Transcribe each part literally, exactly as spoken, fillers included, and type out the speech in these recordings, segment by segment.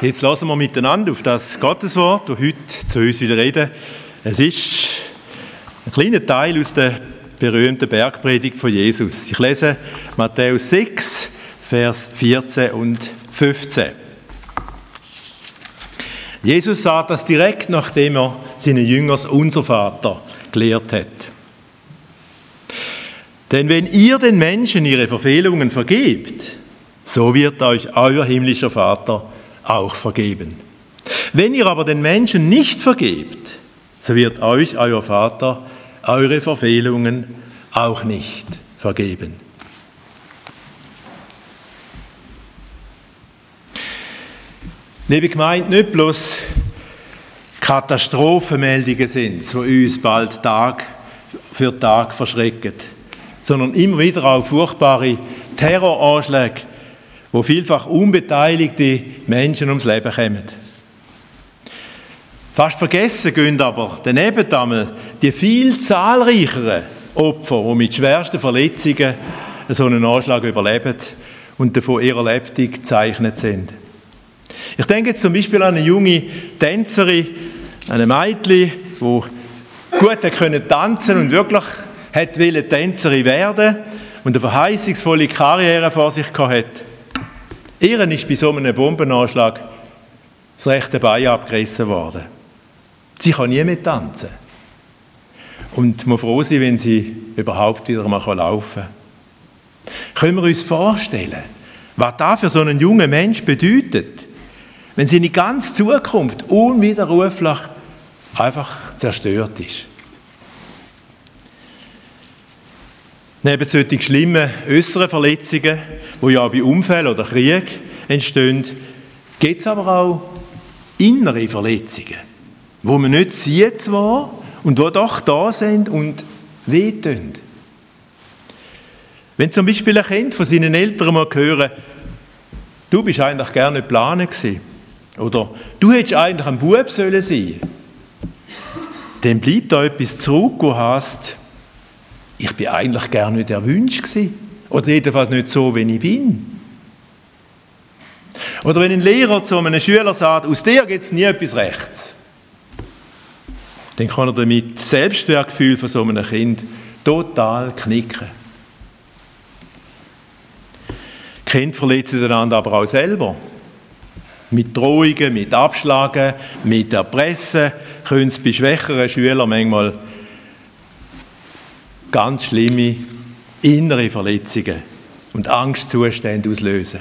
Jetzt hören wir miteinander auf das Gotteswort, das heute zu uns wieder reden. Es ist ein kleiner Teil aus der berühmten Bergpredigt von Jesus. Ich lese Matthäus sechs, Vers vierzehn und fünfzehn. Jesus sagt das direkt, nachdem er seinen Jüngern unser Vater gelehrt hat. Denn wenn ihr den Menschen ihre Verfehlungen vergebt, so wird euch euer himmlischer Vater auch vergeben. Wenn ihr aber den Menschen nicht vergebt, so wird euch euer Vater eure Verfehlungen auch nicht vergeben. Liebe Gemeinde, nicht bloß Katastrophenmeldungen sind, die uns bald Tag für Tag verschrecken, sondern immer wieder auch furchtbare Terroranschläge, wo vielfach unbeteiligte Menschen ums Leben kommen. Fast vergessen gehen aber daneben einmal die viel zahlreicheren Opfer, die mit schwersten Verletzungen so einen Anschlag überleben und davon ihrer Lebtung gezeichnet sind. Ich denke jetzt zum Beispiel an eine junge Tänzerin, eine Mädchen, die gut tanzen konnte und wirklich wollte Tänzerin werden und eine verheißungsvolle Karriere vor sich hatte. Ihren ist bei so einem Bombenanschlag das rechte Bein abgerissen worden. Sie kann nie mehr tanzen. Und muss froh sein, wenn sie überhaupt wieder mal laufen kann. Können wir uns vorstellen, was das für so einen jungen Mensch bedeutet, wenn seine ganze Zukunft unwiderruflich einfach zerstört ist? Neben solchen schlimmen äußeren Verletzungen, die ja bei Unfällen oder Krieg entstehen, gibt es aber auch innere Verletzungen, die man nicht sieht zwar und die doch da sind und wehtun. Wenn zum Beispiel ein Kind von seinen Eltern mal hören, du bist eigentlich gerne nicht geplant gewesen, oder du hättest eigentlich ein Bub sollen sein, dann bleibt da etwas zurück, das heisst, ich bin eigentlich gerne nicht erwünscht gewesen. Oder jedenfalls nicht so, wie ich bin. Oder wenn ein Lehrer zu einem Schüler sagt, aus dir gibt es nie etwas Rechts, dann kann er damit das Selbstwertgefühl von so einem Kind total knicken. Die Kinder verletzen einander aber auch selber. Mit Drohungen, mit Abschlagen, mit Erpressen können es bei schwächeren Schülern manchmal ganz schlimme innere Verletzungen und Angstzustände auslösen.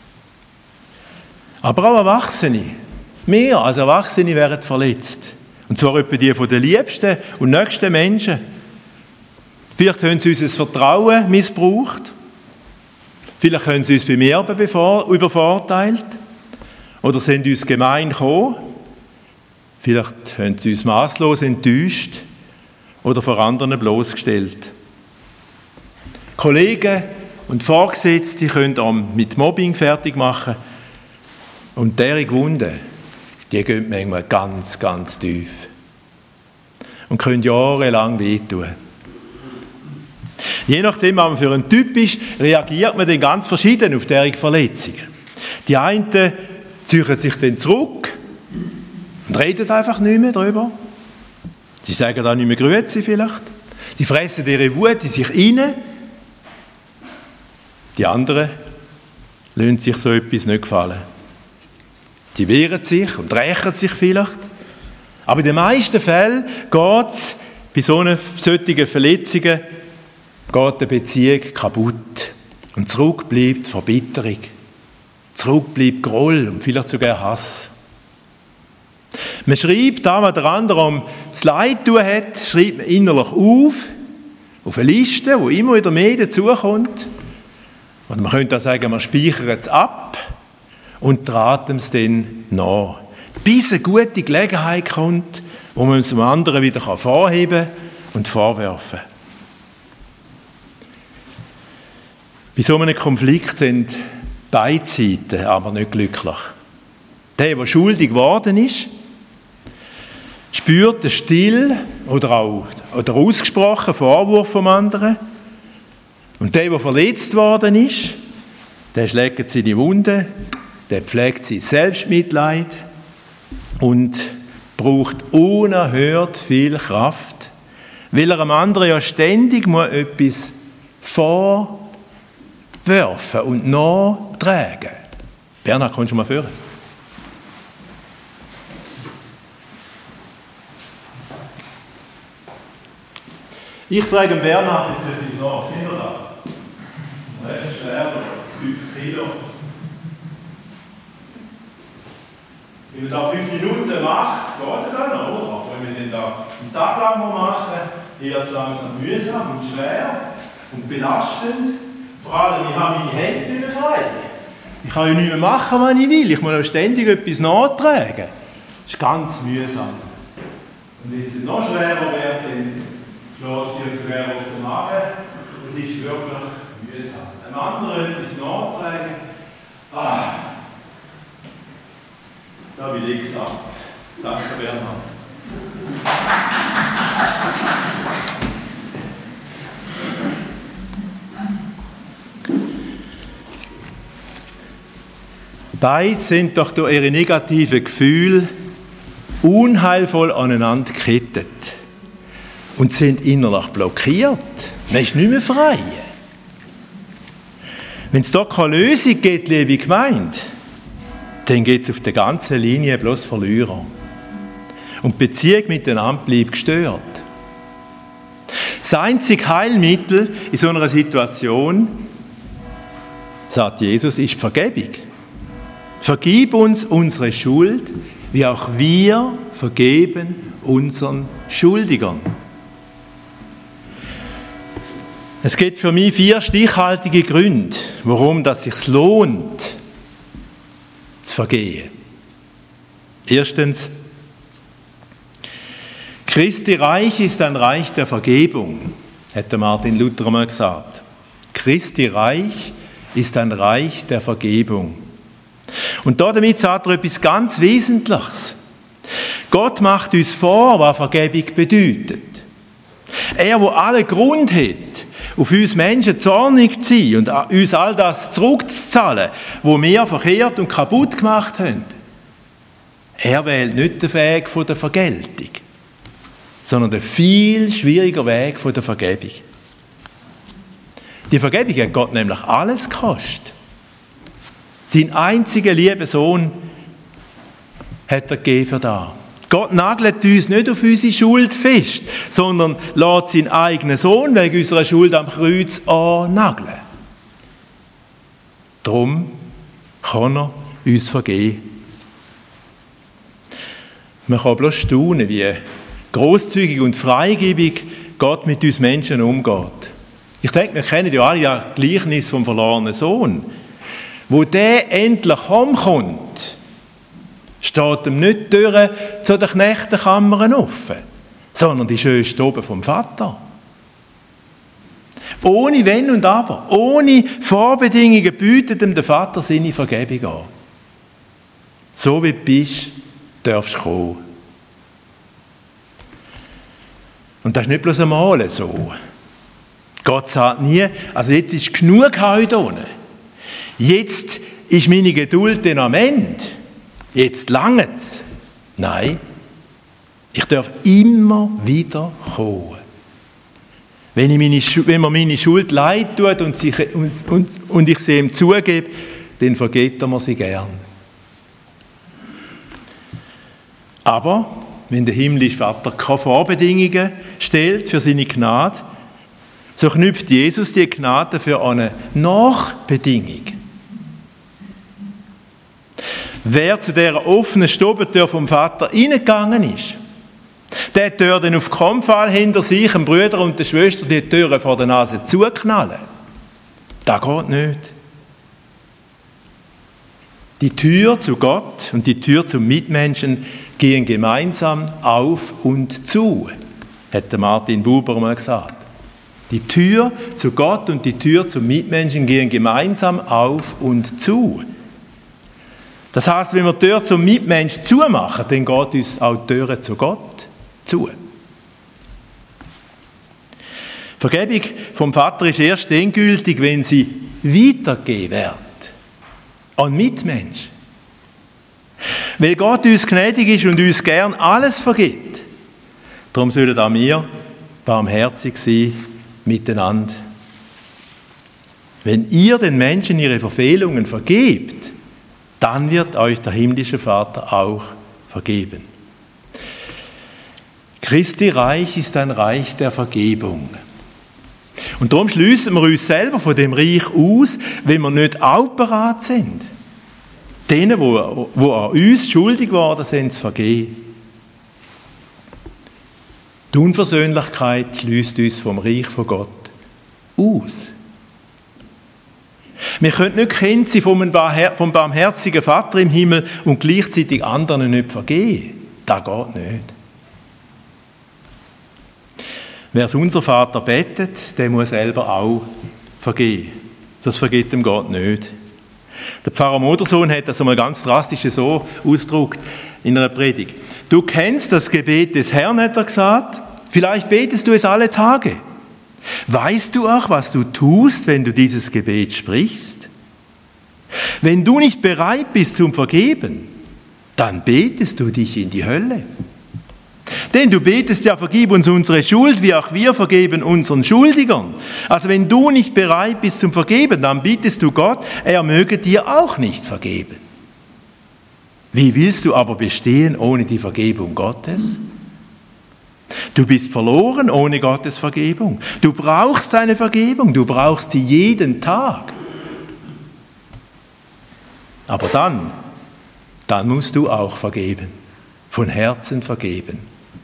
Aber auch Erwachsene, mehr als Erwachsene werden verletzt. Und zwar etwa die von den liebsten und nächsten Menschen. Vielleicht haben sie unser Vertrauen missbraucht. Vielleicht haben sie uns beim Erben übervorteilt. Oder sind uns gemein gekommen. Vielleicht haben sie uns maßlos enttäuscht oder vor anderen bloßgestellt. Kollegen und Vorgesetzte können auch mit Mobbing fertig machen. Und deren Wunden, die gehen manchmal ganz, ganz tief. Und können jahrelang wehtun. Je nachdem, was man für ein Typ ist, reagiert man dann ganz verschieden auf deren Verletzungen. Die einen ziehen sich dann zurück und reden einfach nicht mehr darüber. Sie sagen auch nicht mehr Grüezi vielleicht. Sie fressen ihre Wut in sich rein. Die anderen lassen sich so etwas nicht gefallen. Sie wehren sich und rächen sich vielleicht. Aber in den meisten Fällen geht es bei solchen Verletzungen geht eine Beziehung kaputt. Und zurück bleibt Verbitterung. Zurück bleibt Groll und vielleicht sogar Hass. Man schreibt, da was der andere um das Leid tun hat, schreibt man innerlich auf, auf eine Liste, wo immer wieder mehr dazukommt. Oder man könnte auch sagen, man speichert es ab und traten es dann nach. Bis eine gute Gelegenheit kommt, wo man es dem anderen wieder vorheben und vorwerfen kann. Bei so einem Konflikt sind beide Seiten aber nicht glücklich. Der, der schuldig geworden ist, spürt den still oder auch oder ausgesprochenen Vorwurf vom anderen. Und der, der verletzt worden ist, der schlägt seine Wunde der pflegt sein Selbstmitleid und braucht unerhört viel Kraft, weil er dem anderen ja ständig muss etwas vorwerfen und nachtragen. Bernhard, kommst du mal führen? Ich trage dem Bernhard jetzt etwas nach. Sind wir da? Das ist schwer, fünf Kilo. Wenn man das fünf Minuten macht, geht das noch, oder? Aber wenn wir den da einen Tag lang machen, wird es langsam mühsam und schwer und belastend. Vor allem, ich habe meine Hände nicht mehr frei. Ich kann ja nicht mehr machen, was ich will. Ich muss auch ständig etwas nachtragen. Das ist ganz mühsam. Und wenn es noch schwerer wird, dann schlägt es schwer auf den Magen. Das ist wirklich mühsam. Einem anderen etwas nachtragen. Ah. Da will ich sagen. Danke, Bernhard. Beide sind doch durch ihre negativen Gefühle unheilvoll aneinander gekettet und sind innerlich blockiert. Man ist nicht mehr frei. Wenn es da keine Lösung gibt, liebe Gemeinde, dann geht es auf der ganzen Linie bloß Verlierer. Und die Beziehung miteinander bleibt gestört. Das einzige Heilmittel in so einer Situation, sagt Jesus, ist die Vergebung. Vergib uns unsere Schuld, wie auch wir vergeben unseren Schuldigern. Es gibt für mich vier stichhaltige Gründe, warum es sich lohnt, zu vergehen. Erstens, Christi Reich ist ein Reich der Vergebung, hätte Martin Luther einmal gesagt. Christi Reich ist ein Reich der Vergebung. Und damit sagt er etwas ganz Wesentliches. Gott macht uns vor, was Vergebung bedeutet. Er, der alle Grund hat, auf uns Menschen zornig zu sein und uns all das zurückzuzahlen, was wir verkehrt und kaputt gemacht haben. Er wählt nicht den Weg von der Vergeltung, sondern den viel schwieriger Weg von der Vergebung. Die Vergebung hat Gott nämlich alles gekostet. Sein einziger lieber Sohn hat er gegeben für das. Gott nagelt uns nicht auf unsere Schuld fest, sondern lässt seinen eigenen Sohn wegen unserer Schuld am Kreuz annageln. Darum kann er uns vergeben. Man kann bloß staunen, wie grosszügig und freigebig Gott mit uns Menschen umgeht. Ich denke, wir kennen ja alle das Gleichnis vom verlorenen Sohn. Wo der endlich heimkommt, steht ihm nicht die Tür zu den Knechtenkammern offen, sondern die schönste oben vom Vater. Ohne Wenn und Aber, ohne Vorbedingungen bietet ihm der Vater seine Vergebung an. So wie du bist, darfst du kommen. Und das ist nicht bloß einmal so. Gott sagt nie, also jetzt ist genug heute unten. Jetzt ist meine Geduld dann am Ende. Jetzt langt's. Nein, ich darf immer wieder kommen. Wenn, ich meine, wenn mir meine Schuld leid tut und, sich, und, und, und ich sie ihm zugebe, dann vergeht er mir sie gern. Aber wenn der himmlische Vater keine Vorbedingungen stellt für seine Gnade, so knüpft Jesus die Gnade für eine Nachbedingung. Wer zu dieser offenen Stubentür vom Vater reingegangen ist, der Tür dann auf keinen Fall hinter sich, dem Bruder und der Schwester, die Türen vor der Nase zuknallen. Das geht nicht. Die Tür zu Gott und die Tür zum Mitmenschen gehen gemeinsam auf und zu, hat Martin Buber mal gesagt. Die Tür zu Gott und die Tür zum Mitmenschen gehen gemeinsam auf und zu. Das heisst, wenn wir die Tür zum Mitmensch zumachen, dann geht uns auch die Tür zu Gott zu. Vergebung vom Vater ist erst endgültig, wenn sie weitergegeben wird an Mitmensch. Weil Gott uns gnädig ist und uns gern alles vergibt. Darum sollen auch wir barmherzig sein miteinander. Wenn ihr den Menschen ihre Verfehlungen vergebt, dann wird euch der himmlische Vater auch vergeben. Christi Reich ist ein Reich der Vergebung. Und darum schliessen wir uns selber von dem Reich aus, wenn wir nicht auch bereit sind, denen, die an uns schuldig geworden sind, zu vergeben. Die Unversöhnlichkeit schließt uns vom Reich von Gott aus. Wir können nicht Kind sein vom barmherzigen Vater im Himmel und gleichzeitig anderen nicht vergeben. Das geht nicht. Wer es unser Vater betet, der muss selber auch vergeben. Das vergibt dem Gott nicht. Der Pfarrer Modersohn hat das einmal ganz drastisch so ausgedrückt in einer Predigt. Du kennst das Gebet des Herrn, hat er gesagt. Vielleicht betest du es alle Tage. Weißt du auch, was du tust, wenn du dieses Gebet sprichst? Wenn du nicht bereit bist zum Vergeben, dann betest du dich in die Hölle. Denn du betest ja, vergib uns unsere Schuld, wie auch wir vergeben unseren Schuldigern. Also wenn du nicht bereit bist zum Vergeben, dann bittest du Gott, er möge dir auch nicht vergeben. Wie willst du aber bestehen ohne die Vergebung Gottes? Du bist verloren ohne Gottes Vergebung. Du brauchst seine Vergebung, du brauchst sie jeden Tag. Aber dann, dann musst du auch vergeben, von Herzen vergeben.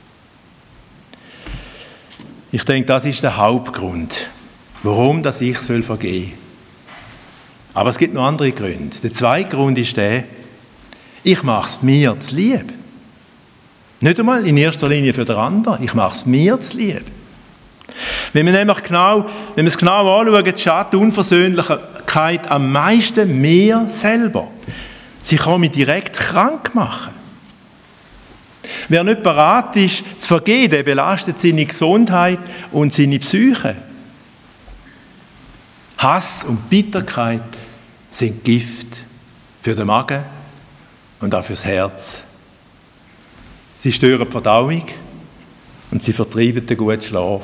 Ich denke, das ist der Hauptgrund, warum das ich soll vergeben. Aber es gibt noch andere Gründe. Der zweite Grund ist der, ich mache es mir zu lieb. Nicht einmal in erster Linie für den anderen, ich mache es mir zu lieb. Wenn wir nämlich genau, wenn wir es genau anschauen, schadet die Unversöhnlichkeit am meisten mir selber. Sie kann mich direkt krank machen. Wer nicht bereit ist, zu vergeben, der belastet seine Gesundheit und seine Psyche. Hass und Bitterkeit sind Gift für den Magen und auch fürs Herz. Sie stören die Verdauung und sie vertreiben den guten Schlaf.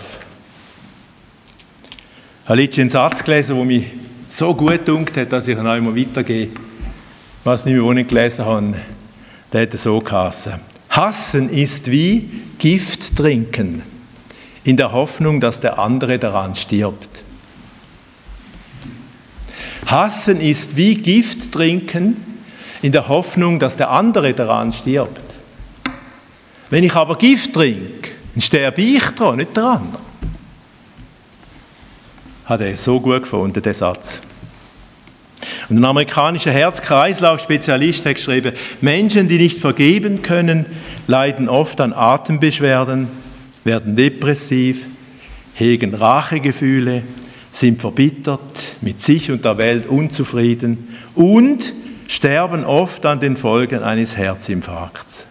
Ich habe letztens einen Satz gelesen, der mich so gut gedunkt hat, dass ich ihn auch immer weitergebe. Was nicht mehr ohne gelesen habe, der hat so geheißen. Hassen ist wie Gift trinken, in der Hoffnung, dass der andere daran stirbt. Hassen ist wie Gift trinken, in der Hoffnung, dass der andere daran stirbt. Wenn ich aber Gift trinke, dann sterbe ich dran, nicht der andere. Hat er so gut gefunden, der Satz. Und ein amerikanischer Herz-Kreislauf-Spezialist hat geschrieben, Menschen, die nicht vergeben können, leiden oft an Atembeschwerden, werden depressiv, hegen Rachegefühle, sind verbittert, mit sich und der Welt unzufrieden und sterben oft an den Folgen eines Herzinfarkts.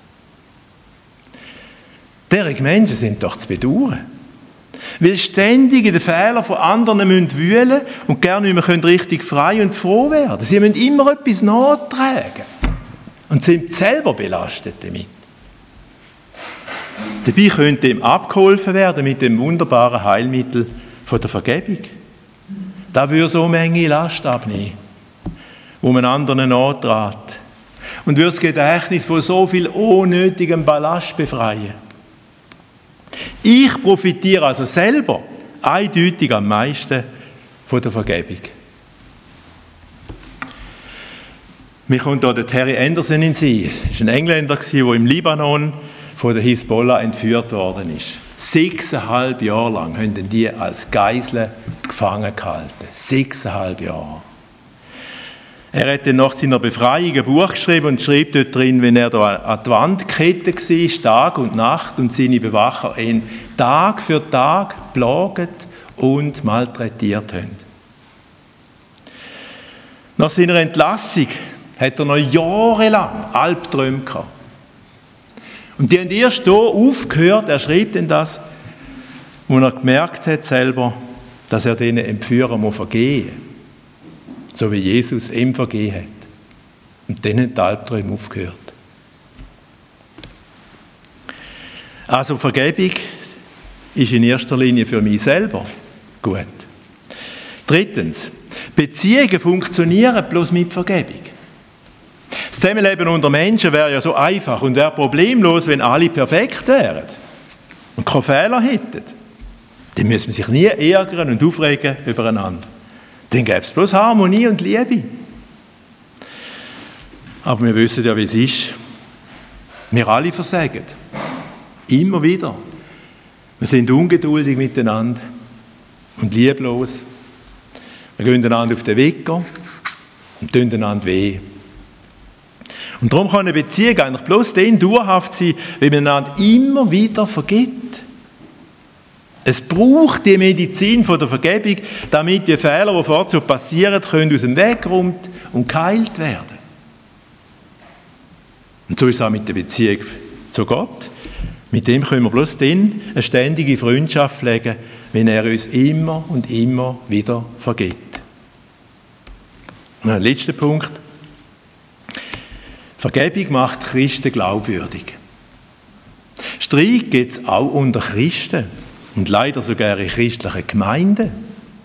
Derige Menschen sind doch zu bedauern. Weil ständig in den Fehlern von anderen müssen wühlen und gerne nicht mehr richtig frei und froh werden. Sie müssen immer etwas nachtragen und sind selber belastet damit. Dabei könnte ihm abgeholfen werden mit dem wunderbaren Heilmittel von der Vergebung. Da würde so Menge Last abnehmen, wo man anderen nahtrat. Und würde das Gedächtnis von so viel unnötigem Ballast befreien. Ich profitiere also selber eindeutig am meisten von der Vergebung. Mir kommt hier der Terry Anderson in den Sinn. Er war ein Engländer, der im Libanon von der Hisbollah entführt worden ist. Sechseinhalb Jahre lang haben die als Geisel gefangen gehalten. Sechseinhalb Jahre. Er hat dann nach seiner Befreiung ein Buch geschrieben und schreibt dort drin, wenn er da an die Wand gekettet war, Tag und Nacht, und seine Bewacher ihn Tag für Tag plaget und malträtiert haben. Nach seiner Entlassung hat er noch jahrelang Albträume gehabt. Und die haben erst hier aufgehört, er schreibt denn das, wo er gemerkt hat selber, dass er diesen Entführern muss vergehen muss. So wie Jesus ihm vergeben hat. Und dann haben die Albträume aufgehört. Also Vergebung ist in erster Linie für mich selber gut. Drittens, Beziehungen funktionieren bloß mit Vergebung. Das Zusammenleben unter Menschen wäre ja so einfach und wäre problemlos, wenn alle perfekt wären und keine Fehler hätten. Dann müsste man sich nie ärgern und aufregen übereinander. Dann gäbe es bloß Harmonie und Liebe. Aber wir wissen ja, wie es ist. Wir alle versagen. Immer wieder. Wir sind ungeduldig miteinander und lieblos. Wir gehen einander auf den Wecker und tun einander weh. Und darum kann eine Beziehung eigentlich bloß dann dauerhaft sein, wenn man einander immer wieder vergibt. Es braucht die Medizin von der Vergebung, damit die Fehler, die vorzu passieren, können aus dem Weg geräumt und geheilt werden. Und so ist es auch mit der Beziehung zu Gott. Mit dem können wir bloß dann eine ständige Freundschaft pflegen, wenn er uns immer und immer wieder vergibt. Und ein letzter Punkt. Vergebung macht Christen glaubwürdig. Streit gibt es auch unter Christen und leider sogar in christlichen Gemeinden.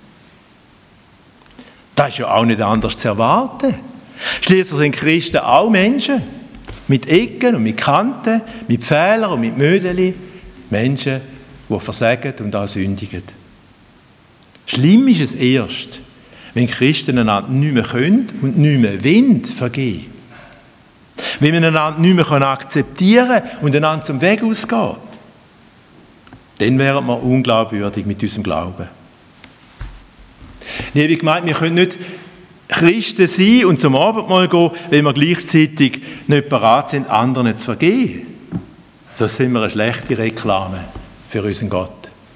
Das ist ja auch nicht anders zu erwarten. Schließlich sind Christen auch Menschen mit Ecken und mit Kanten, mit Fehlern und mit Mödeli. Menschen, die versagen und auch sündigen. Schlimm ist es erst, wenn Christen einander nicht mehr können und nicht mehr wollen vergeben. Wenn man einander nicht mehr akzeptieren kann und einander zum Weg ausgeht. Dann wären wir unglaubwürdig mit unserem Glauben. Ich habe gemeint, wir können nicht Christen sein und zum Abendmahl gehen, wenn wir gleichzeitig nicht bereit sind, anderen zu vergeben. So sind wir eine schlechte Reklame für unseren Gott.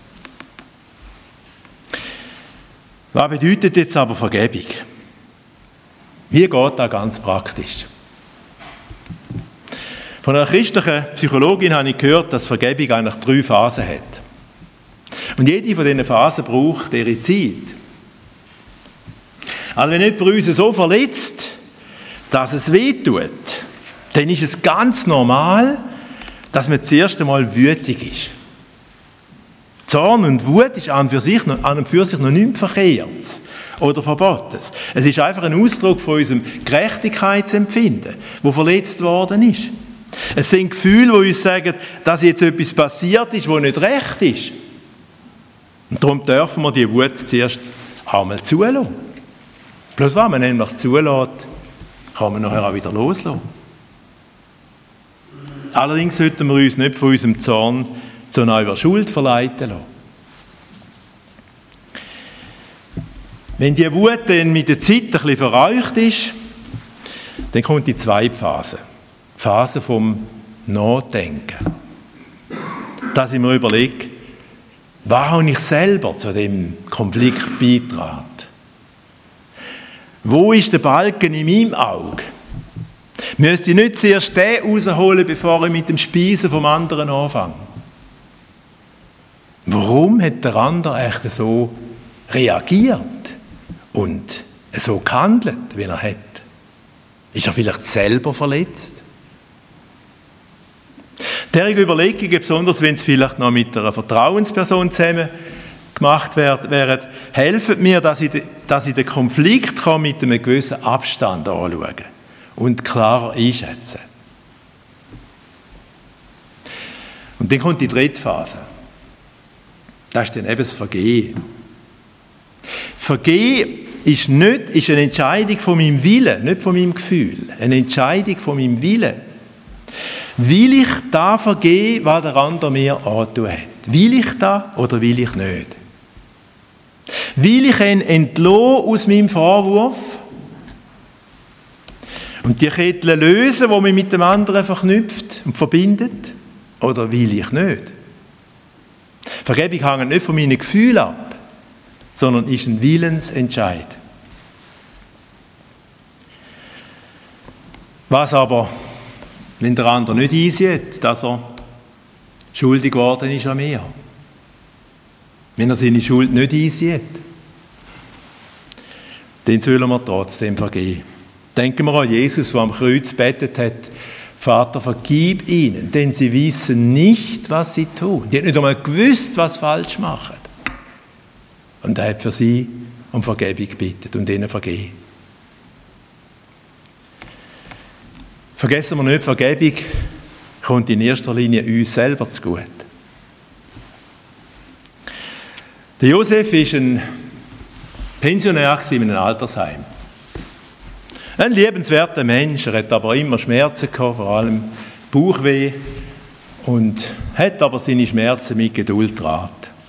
Was bedeutet jetzt aber Vergebung? Wie geht das ganz praktisch? Von einer christlichen Psychologin habe ich gehört, dass Vergebung eigentlich drei Phasen hat. Und jede von diesen Phasen braucht ihre Zeit. Also wenn jemand uns so verletzt, dass es wehtut, dann ist es ganz normal, dass man zuerst einmal wütig ist. Zorn und Wut ist an und für sich noch, an und für sich noch nichts Verkehrtes oder Verbotenes. Es ist einfach ein Ausdruck von unserem Gerechtigkeitsempfinden, das verletzt worden ist. Es sind Gefühle, die uns sagen, dass jetzt etwas passiert ist, was nicht recht ist. Und darum dürfen wir die Wut zuerst einmal zulassen. Bloß wenn man nämlich zulässt, kann man nachher auch wieder loslassen. Allerdings sollten wir uns nicht von unserem Zorn zu einer Schuld verleiten lassen. Wenn die Wut dann mit der Zeit ein bisschen verraucht ist, dann kommt die zweite Phase. Die Phase vom Nachdenken. Dass ich mir überlege, was habe ich selber zu dem Konflikt beigetragen? Wo ist der Balken in meinem Auge? Müsste ich nicht zuerst den rausholen, bevor ich mit dem Speisen vom anderen anfange? Warum hat der andere echt so reagiert und so gehandelt, wie er hat? Ist er vielleicht selber verletzt? Diese Überlegungen, besonders wenn es vielleicht noch mit einer Vertrauensperson zusammen gemacht wären, helfen mir, dass ich, dass ich den Konflikt kann mit einem gewissen Abstand anschauen und klarer einschätzen. Und dann kommt die dritte Phase. Das ist dann eben das Vergehen. Vergehen ist, nicht, ist eine Entscheidung von meinem Willen, nicht von meinem Gefühl. Eine Entscheidung von meinem Willen. Will ich da vergehen, was der andere mir angetan hat? Will ich da oder will ich nicht? Will ich ihn entlassen aus meinem Vorwurf und die Kette lösen, die mich mit dem anderen verknüpft und verbindet? Oder will ich nicht? Vergebung hängt nicht von meinen Gefühlen ab, sondern ist ein Willensentscheid. Was aber, wenn der andere nicht einsieht, dass er schuldig geworden ist an mir? Wenn er seine Schuld nicht einsieht, dann sollen wir trotzdem vergeben. Denken wir an Jesus, der am Kreuz gebetet hat, Vater, vergib ihnen, denn sie wissen nicht, was sie tun. Die haben nicht einmal gewusst, was sie falsch machen. Und er hat für sie um Vergebung gebeten und ihnen vergeben. Vergessen wir nicht, Vergebung kommt in erster Linie uns selber zugute. Der Josef war ein Pensionär in einem Altersheim. Ein liebenswerter Mensch, er hat aber immer Schmerzen gehabt, vor allem Bauchweh, und hat aber seine Schmerzen mit Geduld getragen.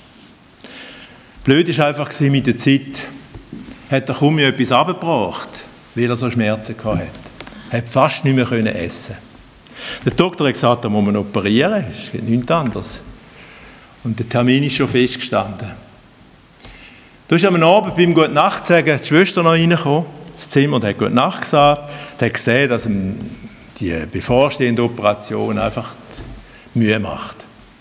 Blöd war einfach mit der Zeit, hat er kaum etwas abgebracht, weil er so Schmerzen gehabt hat. Er hat fast nicht mehr essen. Der Doktor hat gesagt, da muss man operieren, es geht nichts anderes. Und der Termin ist schon festgestanden. Da ist am Abend beim Gute Nacht sagen die Schwester noch reingekommen, ins Zimmer, und hat Gute Nacht gesagt, der hat gesehen, dass ihm die bevorstehende Operation einfach Mühe macht.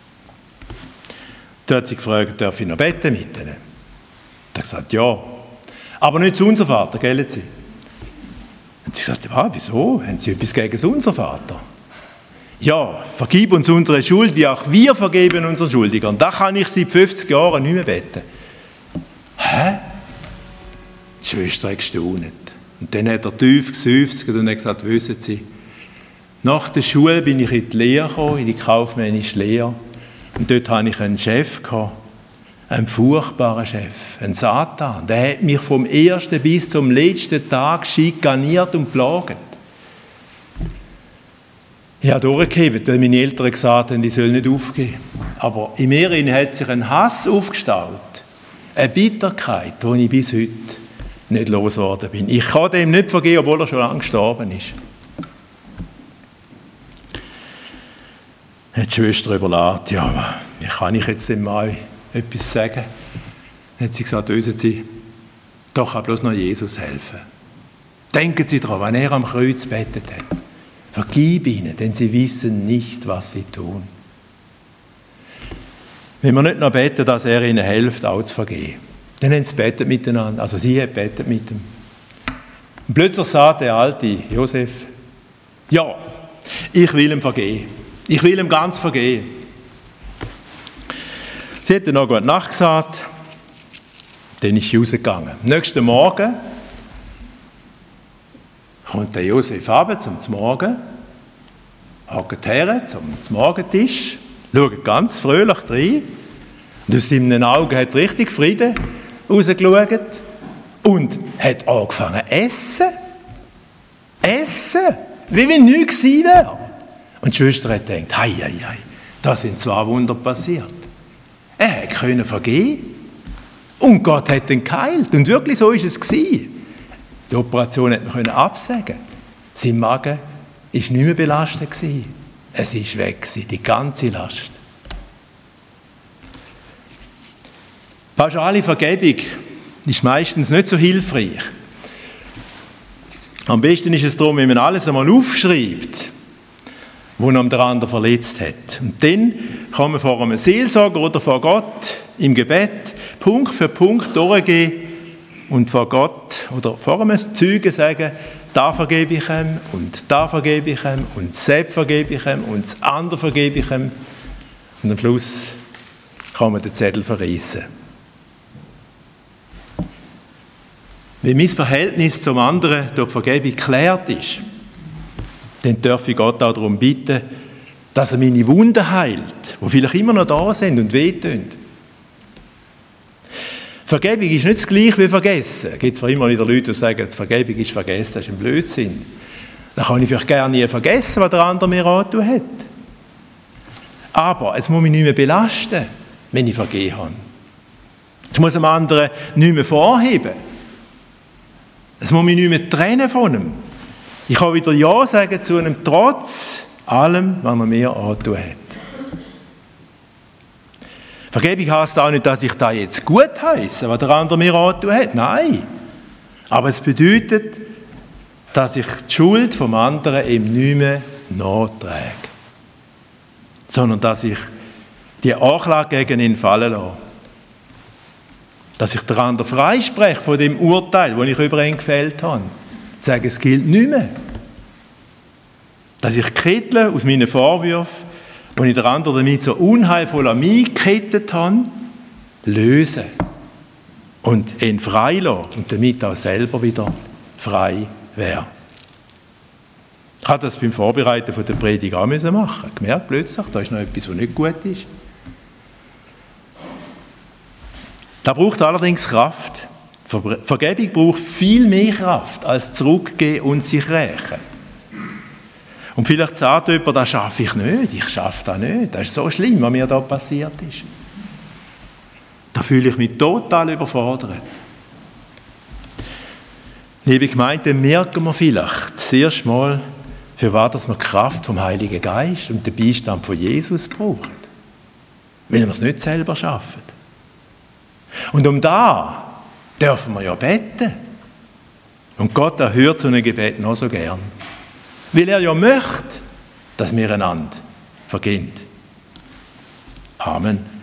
Da hat sie gefragt, darf ich noch beten mit ihnen? Er hat gesagt, ja. Aber nicht zu unser Vater, gell Sie? Und sie gesagt, ja, wieso? Haben Sie etwas gegen unser Vater? Ja, vergib uns unsere Schuld, wie auch wir vergeben unseren Schuldigern. Da kann ich seit fünfzig Jahren nicht mehr beten. Hä? Die Schwester hat gestaunt. Und dann hat er tief geseufzt und hat gesagt, wissen Sie, nach der Schule bin ich in die Lehre gekommen, in die kaufmännische Lehre. Und dort hatte ich einen Chef gehabt, einen furchtbaren Chef, einen Satan. Der hat mich vom ersten bis zum letzten Tag schikaniert und plagt. Ich habe durchgehebt, weil meine Eltern gesagt haben, ich soll nicht aufgeben. Aber in mir hat sich ein Hass aufgestaut, eine Bitterkeit, die ich bis heute nicht losgeworden bin. Ich kann dem nicht vergeben, obwohl er schon lange gestorben ist. Hat die Schwester überlegt, ja, wie kann ich jetzt dem Mann etwas sagen? Dann hat sie gesagt, wissen Sie, doch kann bloß noch Jesus helfen. Denken Sie daran, wenn er am Kreuz betet hat. Vergib ihnen, denn sie wissen nicht, was sie tun. Wenn wir nicht noch beten, dass er ihnen hilft, auch zu vergeben, dann haben sie betet miteinander, also sie hat betet mit ihm. Und plötzlich sagt der alte Josef, ja, ich will ihm vergeben. Ich will ihm ganz vergeben. Sie hat dann noch gute Nacht gesagt, dann ist sie rausgegangen. Am nächsten Morgen kommt der Josef abends zum Morgen, hockt her zum Morgentisch, schaut ganz fröhlich rein und aus seinen Augen hat richtig Frieden rausgeschaut und hat angefangen zu essen. Essen, wie wenn nichts gewesen wäre. Und die Schwester hat gedacht, hei, hei, hei, da sind zwei Wunder passiert. Er konnte vergeben und Gott hat ihn geheilt. Und wirklich so war es gewesen. Die Operation hat man absagen. Sein Magen war nicht mehr belastet. Es war weg, die ganze Last. Pauschale Vergebung ist meistens nicht so hilfreich. Am besten ist es darum, wenn man alles einmal aufschreibt, wo man den anderen verletzt hat. Und dann kann man vor einem Seelsorger oder vor Gott im Gebet Punkt für Punkt durchgehen und vor Gott oder vor einem Zeugen sagen, da vergebe ich ihm und da vergebe ich ihm und das vergebe ich ihm und das andere vergebe ich ihm. Und am Schluss kann man den Zettel verreissen. Wenn mein Verhältnis zum anderen durch die Vergebung geklärt ist, dann darf ich Gott auch darum bitten, dass er meine Wunden heilt, die vielleicht immer noch da sind und wehtun. Vergebung ist nicht das Gleiche wie Vergessen. Es gibt zwar immer wieder Leute, die sagen, Vergebung ist Vergessen, das ist ein Blödsinn. Dann kann ich vielleicht gerne nie vergessen, was der andere mir angetan hat. Aber es muss mich nicht mehr belasten, wenn ich vergeben habe. Ich muss dem anderen nicht mehr vorheben. Es muss mich nicht mehr trennen von ihm. Ich kann wieder Ja sagen zu einem, trotz allem, was er mir angetan hat. Vergebung heisst auch nicht, dass ich da jetzt gut heisse, was der andere mir angetan hat. Nein. Aber es bedeutet, dass ich die Schuld vom anderen ihm nicht mehr nachträge. Sondern dass ich die Anklage gegen ihn fallen lasse. Dass ich den anderen freispreche von dem Urteil, das ich über ihn gefällt habe. Sage, es gilt nicht mehr. Dass ich Kettle aus meinen Vorwürfen, die ich der andere damit so unheilvoll an mich gekettet habe, lösen und ihn freilassen und damit auch selber wieder frei werden. Ich habe das beim Vorbereiten von der Predigt auch machen müssen. Gemerkt plötzlich, da ist noch etwas, was nicht gut ist. Da braucht allerdings Kraft. Ver- Vergebung braucht viel mehr Kraft als zurückgehen und sich rächen. Und vielleicht sagt jemand, das schaffe ich nicht, ich schaffe das nicht, das ist so schlimm, was mir da passiert ist. Da fühle ich mich total überfordert. Liebe Gemeinde, merken wir vielleicht das erste Mal, für was dass wir die Kraft vom Heiligen Geist und den Beistand von Jesus brauchen. Weil wir es nicht selber schaffen. Und um da dürfen wir ja beten. Und Gott erhört so ein Gebet noch so gern. Weil er ja möchte, dass wir einander vergeben. Amen.